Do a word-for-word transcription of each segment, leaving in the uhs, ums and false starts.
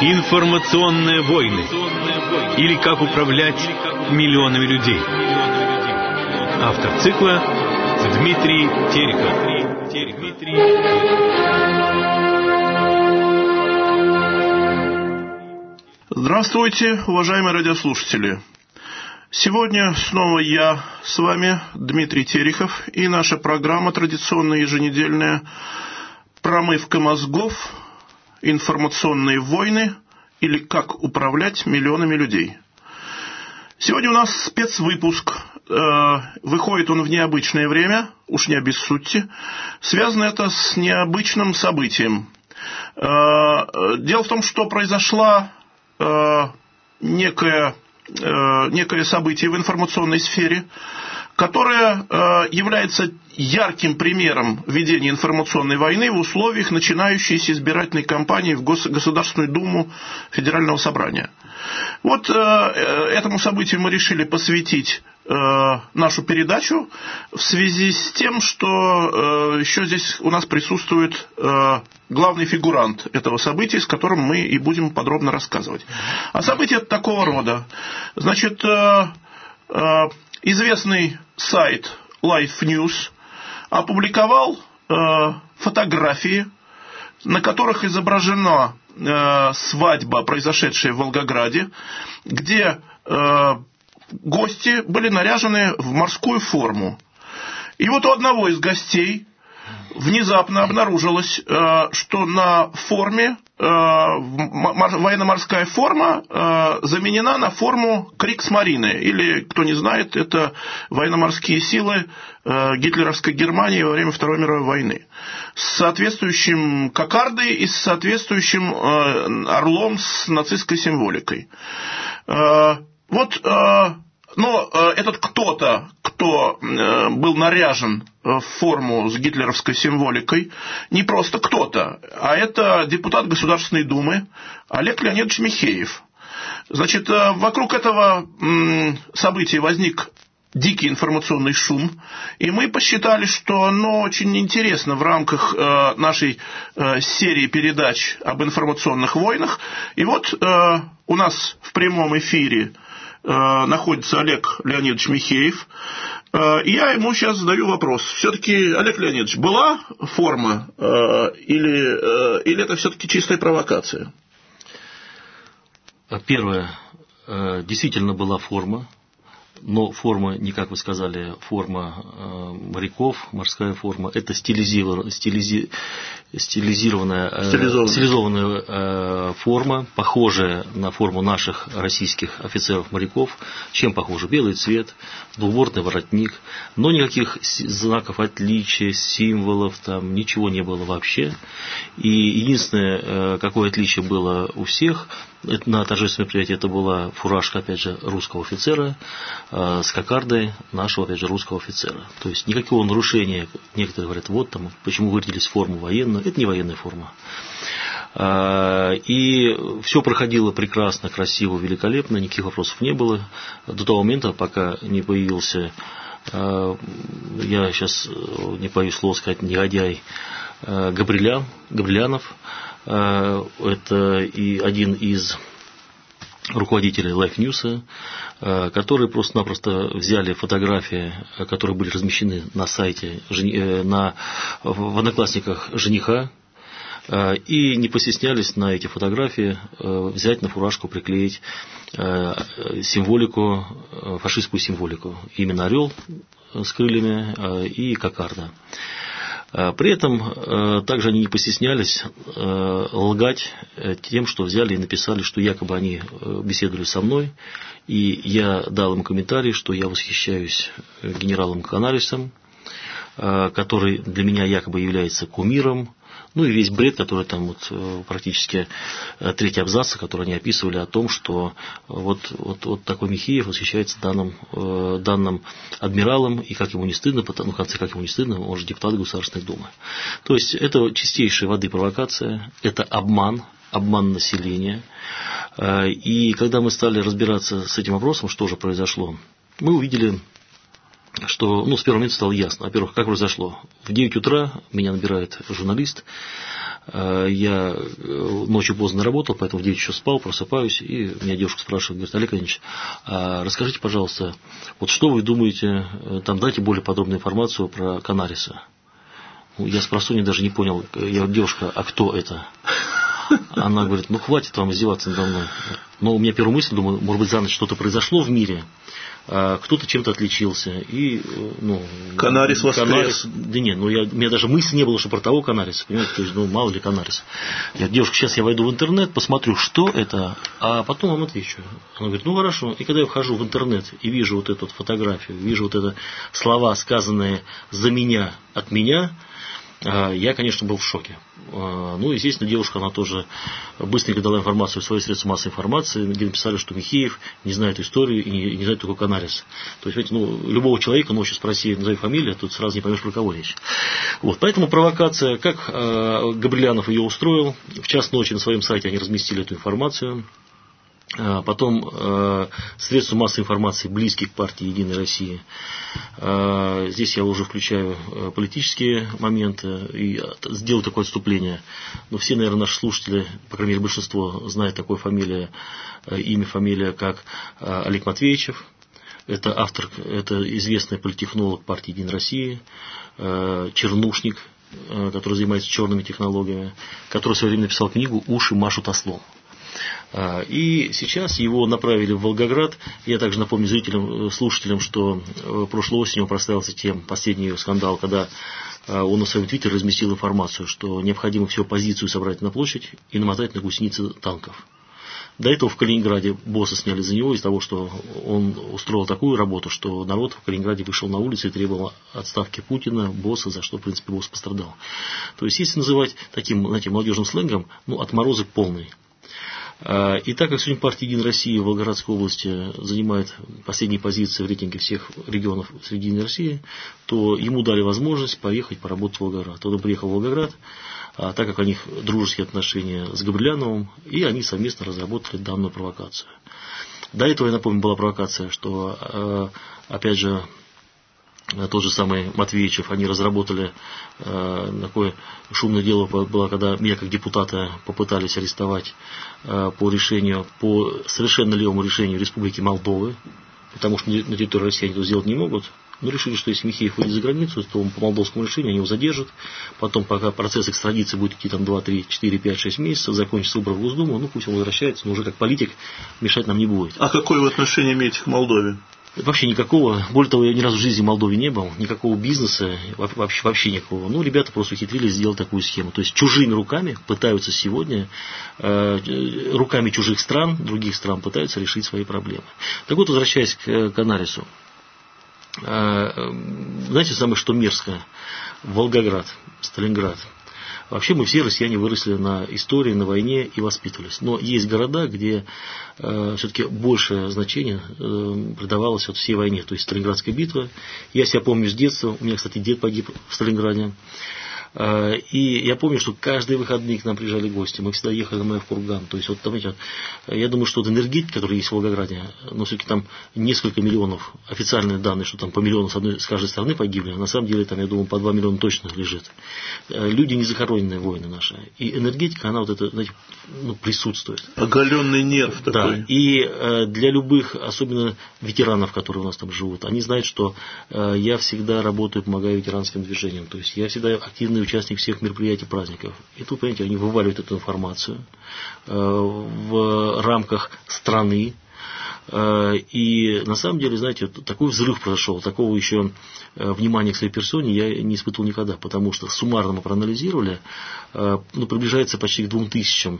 Информационные войны. Или как управлять миллионами людей. Автор цикла Дмитрий Терехов. Здравствуйте, уважаемые радиослушатели. Сегодня снова я с вами, Дмитрий Терехов, и наша программа традиционная еженедельная «Промывка мозгов. Информационные войны» или «Как управлять миллионами людей». Сегодня у нас спецвыпуск. Выходит он в необычное время, уж не обессудьте. Связано это с необычным событием. Дело в том, что произошла некое, некое событие в информационной сфере, которое является ярким примером ведения информационной войны в условиях начинающейся избирательной кампании в Государственную Думу Федерального собрания. Вот этому событию мы решили посвятить нашу передачу в связи с тем, что еще здесь у нас присутствует главный фигурант этого события, с которым мы и будем подробно рассказывать. А событие такого рода. Значит, известный сайт Life News опубликовал фотографии, на которых изображена свадьба, произошедшая в Волгограде, где гости были наряжены в морскую форму. И вот у одного из гостей внезапно обнаружилось, что на форме, военно-морская форма заменена на форму Кригсмарine, или, кто не знает, это военно-морские силы гитлеровской Германии во время Второй мировой войны, с соответствующим кокардой и с соответствующим орлом с нацистской символикой. Вот, но этот кто-то, кто был наряжен в форму с гитлеровской символикой, не просто кто-то, а это депутат Государственной Думы Олег Леонидович Михеев. Значит, вокруг этого события возник дикий информационный шум, и мы посчитали, что оно очень интересно в рамках нашей серии передач об информационных войнах. И вот у нас в прямом эфире находится Олег Леонидович Михеев. И я ему сейчас задаю вопрос. Все-таки, Олег Леонидович, была форма или, или это все-таки чистая провокация? Первое. Действительно была форма. Но форма, не как вы сказали, форма моряков, морская форма, это стилизированная, стилизи, стилизированная, стилизованная. стилизованная форма, похожая на форму наших российских офицеров-моряков. Чем похожа? Белый цвет, двубортный воротник, но никаких знаков отличия, символов, там ничего не было вообще. И единственное, какое отличие было у всех, на торжественном мероприятии, это была фуражка, опять же, русского офицера с кокардой нашего, опять же, русского офицера. То есть никакого нарушения. Некоторые говорят, вот там, почему вырядились в форму военную. Это не военная форма. И все проходило прекрасно, красиво, великолепно, никаких вопросов не было. До того момента, пока не появился, я сейчас не боюсь слова сказать, негодяй Габрилян, Габрилянов. Это и один из руководителей Life News, которые просто-напросто взяли фотографии, которые были размещены на сайте, на, в одноклассниках жениха, и не постеснялись на эти фотографии взять на фуражку, приклеить символику, фашистскую символику. Именно орел с крыльями и кокарда. При этом также они не постеснялись лгать тем, что взяли и написали, что якобы они беседовали со мной, и я дал им комментарий, что я восхищаюсь генералом Канарисом, который для меня якобы является кумиром. Ну и весь бред, который там вот практически третий абзац, который они описывали о том, что вот, вот, вот такой Михеев восхищается данным, данным адмиралом, и как ему не стыдно, ну, в конце, как ему не стыдно, он же депутат Государственной Думы. То есть это чистейшей воды провокация, это обман, обман населения. И когда мы стали разбираться с этим вопросом, что же произошло, мы увидели, что, ну, с первого момента стало ясно. Во-первых, как произошло. В девять утра меня набирает журналист Я ночью поздно работал, поэтому в девять часов спал, просыпаюсь, и меня девушка спрашивает, говорит: Олег Ильич, расскажите, пожалуйста, вот что вы думаете, там дайте более подробную информацию про Канариса. Я с просонья даже не понял, я говорю: девушка, а кто это? Она говорит: ну хватит вам издеваться надо мной. Но у меня первая мысль, думаю, может быть, за ночь что-то произошло в мире, кто-то чем-то отличился. И, ну, Канарис воскрес. Канарис, да нет, ну я, у меня даже мысли не было, что про того Канариса, понимаете, то есть, ну мало ли Канарис. Я говорю: девушка, сейчас я войду в интернет, посмотрю, что это, а потом вам отвечу. Она говорит: ну хорошо. И когда я вхожу в интернет и вижу вот эту вот фотографию, вижу вот это слова, сказанные за меня, от меня, я, конечно, был в шоке. Ну, естественно, девушка, она тоже быстренько дала информацию в свои средства массовой информации, где написали, что Михеев не знает историю и не, не знает такой Канарис. То есть, ну, любого человека ночью спроси, назови фамилию, тут сразу не поймешь, про кого речь. Вот, поэтому провокация, как э, Габрилянов ее устроил, в час ночи на своем сайте они разместили эту информацию. Потом э, средства массовой информации, близкие к партии «Единой России». Э, здесь я уже включаю э, политические моменты и сделаю такое отступление. Но все, наверное, наши слушатели, по крайней мере, большинство знает такое фамилия, э, имя, фамилия, как э, Олег Матвеичев. Это автор, это известный политтехнолог партии «Единой России», э, чернушник, э, который занимается черными технологиями, который в свое время написал книгу «Уши машут ослом». И сейчас его направили в Волгоград. Я также напомню зрителям, слушателям, что прошлой осенью он прославился тем, последний скандал, когда он на своем твиттере разместил информацию, что необходимо всю оппозицию собрать на площадь и намотать на гусеницы танков. До этого в Калининграде босса сняли за него из-за того, что он устроил такую работу, что народ в Калининграде вышел на улицу и требовал отставки Путина, босса, за что, в принципе, босс пострадал. То есть, если называть таким, знаете, молодежным сленгом, ну, отморозок полный. И так как сегодня партия «Единая Россия» в Волгоградской области занимает последние позиции в рейтинге всех регионов среди «Единой России», то ему дали возможность поехать поработать в Волгоград. Он приехал в Волгоград, так как у них дружеские отношения с Габрилановым, и они совместно разработали данную провокацию. До этого, я напомню, была провокация, что, опять же, тот же самый Матвеичев, они разработали э, такое шумное дело было, когда меня как депутата попытались арестовать э, по решению, по совершенно левому решению Республики Молдовы, потому что на территории России они это сделать не могут. Но решили, что если Михеев выйдет за границу, то по молдовскому решению они его задержат. Потом, пока процесс экстрадиции будет идти там два, три, четыре, пять, шесть месяцев, закончится выбор в Госдуму, ну пусть он возвращается, но уже как политик мешать нам не будет. А какое вы отношение имеете к Молдове? Вообще никакого. Более того, я ни разу в жизни в Молдове не был. Никакого бизнеса, вообще, вообще никакого. Ну, ребята просто ухитрились сделать такую схему. То есть, чужими руками пытаются сегодня, э, руками чужих стран, других стран, пытаются решить свои проблемы. Так вот, возвращаясь к Канарису. Э, знаете, самое что мерзкое? Волгоград, Сталинград. Вообще мы все, россияне, выросли на истории, на войне и воспитывались. Но есть города, где э, все-таки большее значение э, придавалось вот всей войне. То есть Сталинградская битва. Я себя помню с детства. У меня, кстати, дед погиб в Сталинграде. И я помню, что каждые выходные к нам приезжали гости. Мы всегда ехали на Маев курган. То есть, вот, знаете, я думаю, что вот энергетика, которая есть в Волгограде, но все-таки там несколько миллионов, официальные данные, что там по миллиону с, одной, с каждой стороны погибли, а на самом деле там, я думаю, по два миллиона точно лежит. Люди не захороненные воины наши. И энергетика, она вот это, знаете, ну, присутствует. Оголенный нерв да. такой. И для любых, особенно ветеранов, которые у нас там живут, они знают, что я всегда работаю, помогаю ветеранским движениям. То есть я всегда активный участник всех мероприятий, праздников. И тут, понимаете, они вываливают эту информацию э, в рамках страны. Э, и на самом деле, знаете, такой взрыв произошел, такого еще э, внимания к своей персоне я не испытывал никогда, потому что суммарно мы проанализировали, э, ну, приближается почти к двум тысячам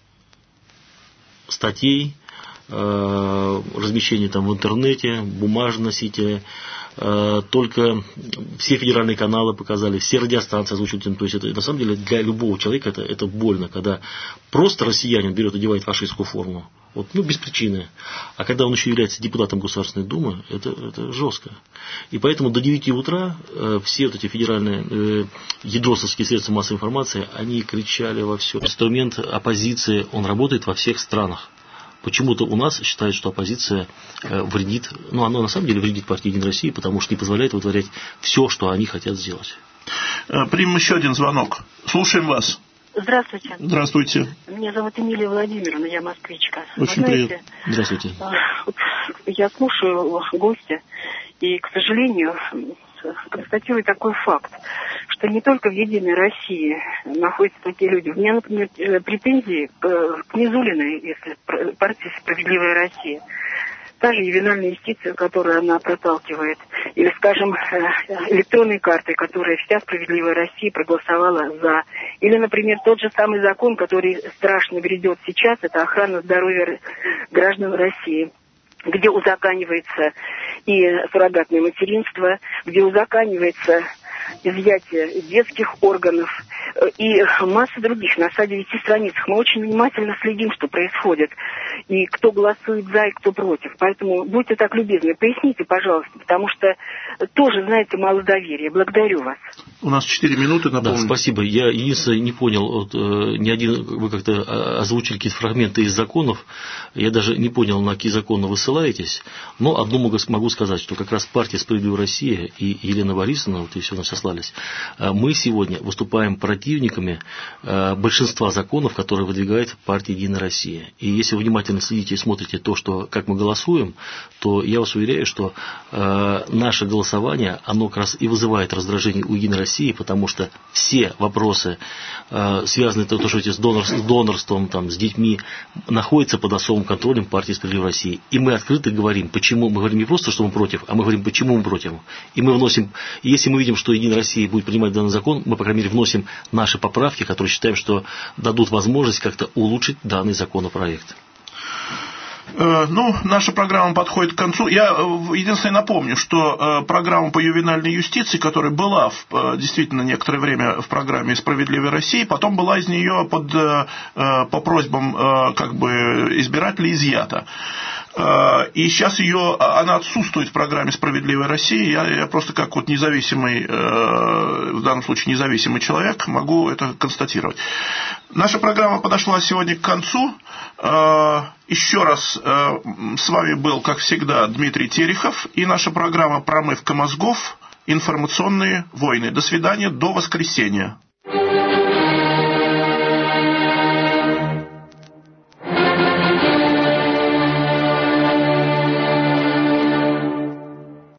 статей, э, размещение там в интернете, бумажном носителе. Только все федеральные каналы показали, все радиостанции озвучивают. То есть это на самом деле для любого человека это, это больно, когда просто россиянин берет и одевает фашистскую форму. Вот, ну, без причины. А когда он еще является депутатом Государственной Думы, это, это жестко. И поэтому до девяти утра э, все вот эти федеральные э, ядросовские средства массовой информации, они кричали во все. Инструмент оппозиции, он работает во всех странах. Почему-то у нас считают, что оппозиция вредит, ну, она на самом деле вредит партии «Единой России», потому что не позволяет вытворять все, что они хотят сделать. Примем еще один звонок. Слушаем вас. Здравствуйте. Здравствуйте. Меня зовут Эмилия Владимировна, я москвичка. Очень приятно. Здравствуйте. Я слушаю гостя, и, к сожалению, констатирую такой факт, что не только в «Единой России» находятся такие люди. У меня, например, претензии к, к Низулиной, если партии «Справедливая Россия». Та же ювенальная юстиция, которую она проталкивает, или, скажем, электронные карты, которые вся «Справедливая Россия» проголосовала за. Или, например, тот же самый закон, который страшно грядет сейчас, это охрана здоровья граждан России, где узаконивается и суррогатное материнство, где узаконивается изъятие детских органов и масса других. На сто девяти страницах мы очень внимательно следим, что происходит, и кто голосует за, и кто против. Поэтому будьте так любезны, поясните, пожалуйста, потому что тоже, знаете, мало доверия. Благодарю вас. У нас четыре минуты, напомню. Да, спасибо. Я единственное не понял, вот, э, ни один, вы как-то озвучили какие-то фрагменты из законов, я даже не понял, на какие законы вы ссылаетесь, но одно могу, могу сказать, что как раз партия «Справедливая Россия» и Елена Борисовна, вот и все у нас сослались, мы сегодня выступаем противниками большинства законов, которые выдвигает партия «Единая Россия». И если вы внимательно следите и смотрите то, что, как мы голосуем, то я вас уверяю, что наше голосование, оно как раз и вызывает раздражение у «Единой России», потому что все вопросы, связанные с донорством, там, с детьми, находятся под особым контролем партии «Справедливая Россия». И мы открыто говорим, почему, мы говорим не просто, что мы против, а мы говорим, почему мы против. И мы вносим, если мы видим, что «Единая Россия» будет принимать данный закон, мы, по крайней мере, вносим наши поправки, которые считаем, что дадут возможность как-то улучшить данный законопроект. Ну, наша программа подходит к концу. Я единственное напомню, что программа по ювенальной юстиции, которая была в, действительно некоторое время в программе «Справедливой России», потом была из нее под, по просьбам как бы избирателей изъята. И сейчас ее, она отсутствует в программе «Справедливая Россия». Я, я просто как вот независимый, в данном случае независимый человек, могу это констатировать. Наша программа подошла сегодня к концу. Еще раз с вами был, как всегда, Дмитрий Терехов и наша программа «Промывка мозгов. Информационные войны». До свидания, до воскресенья.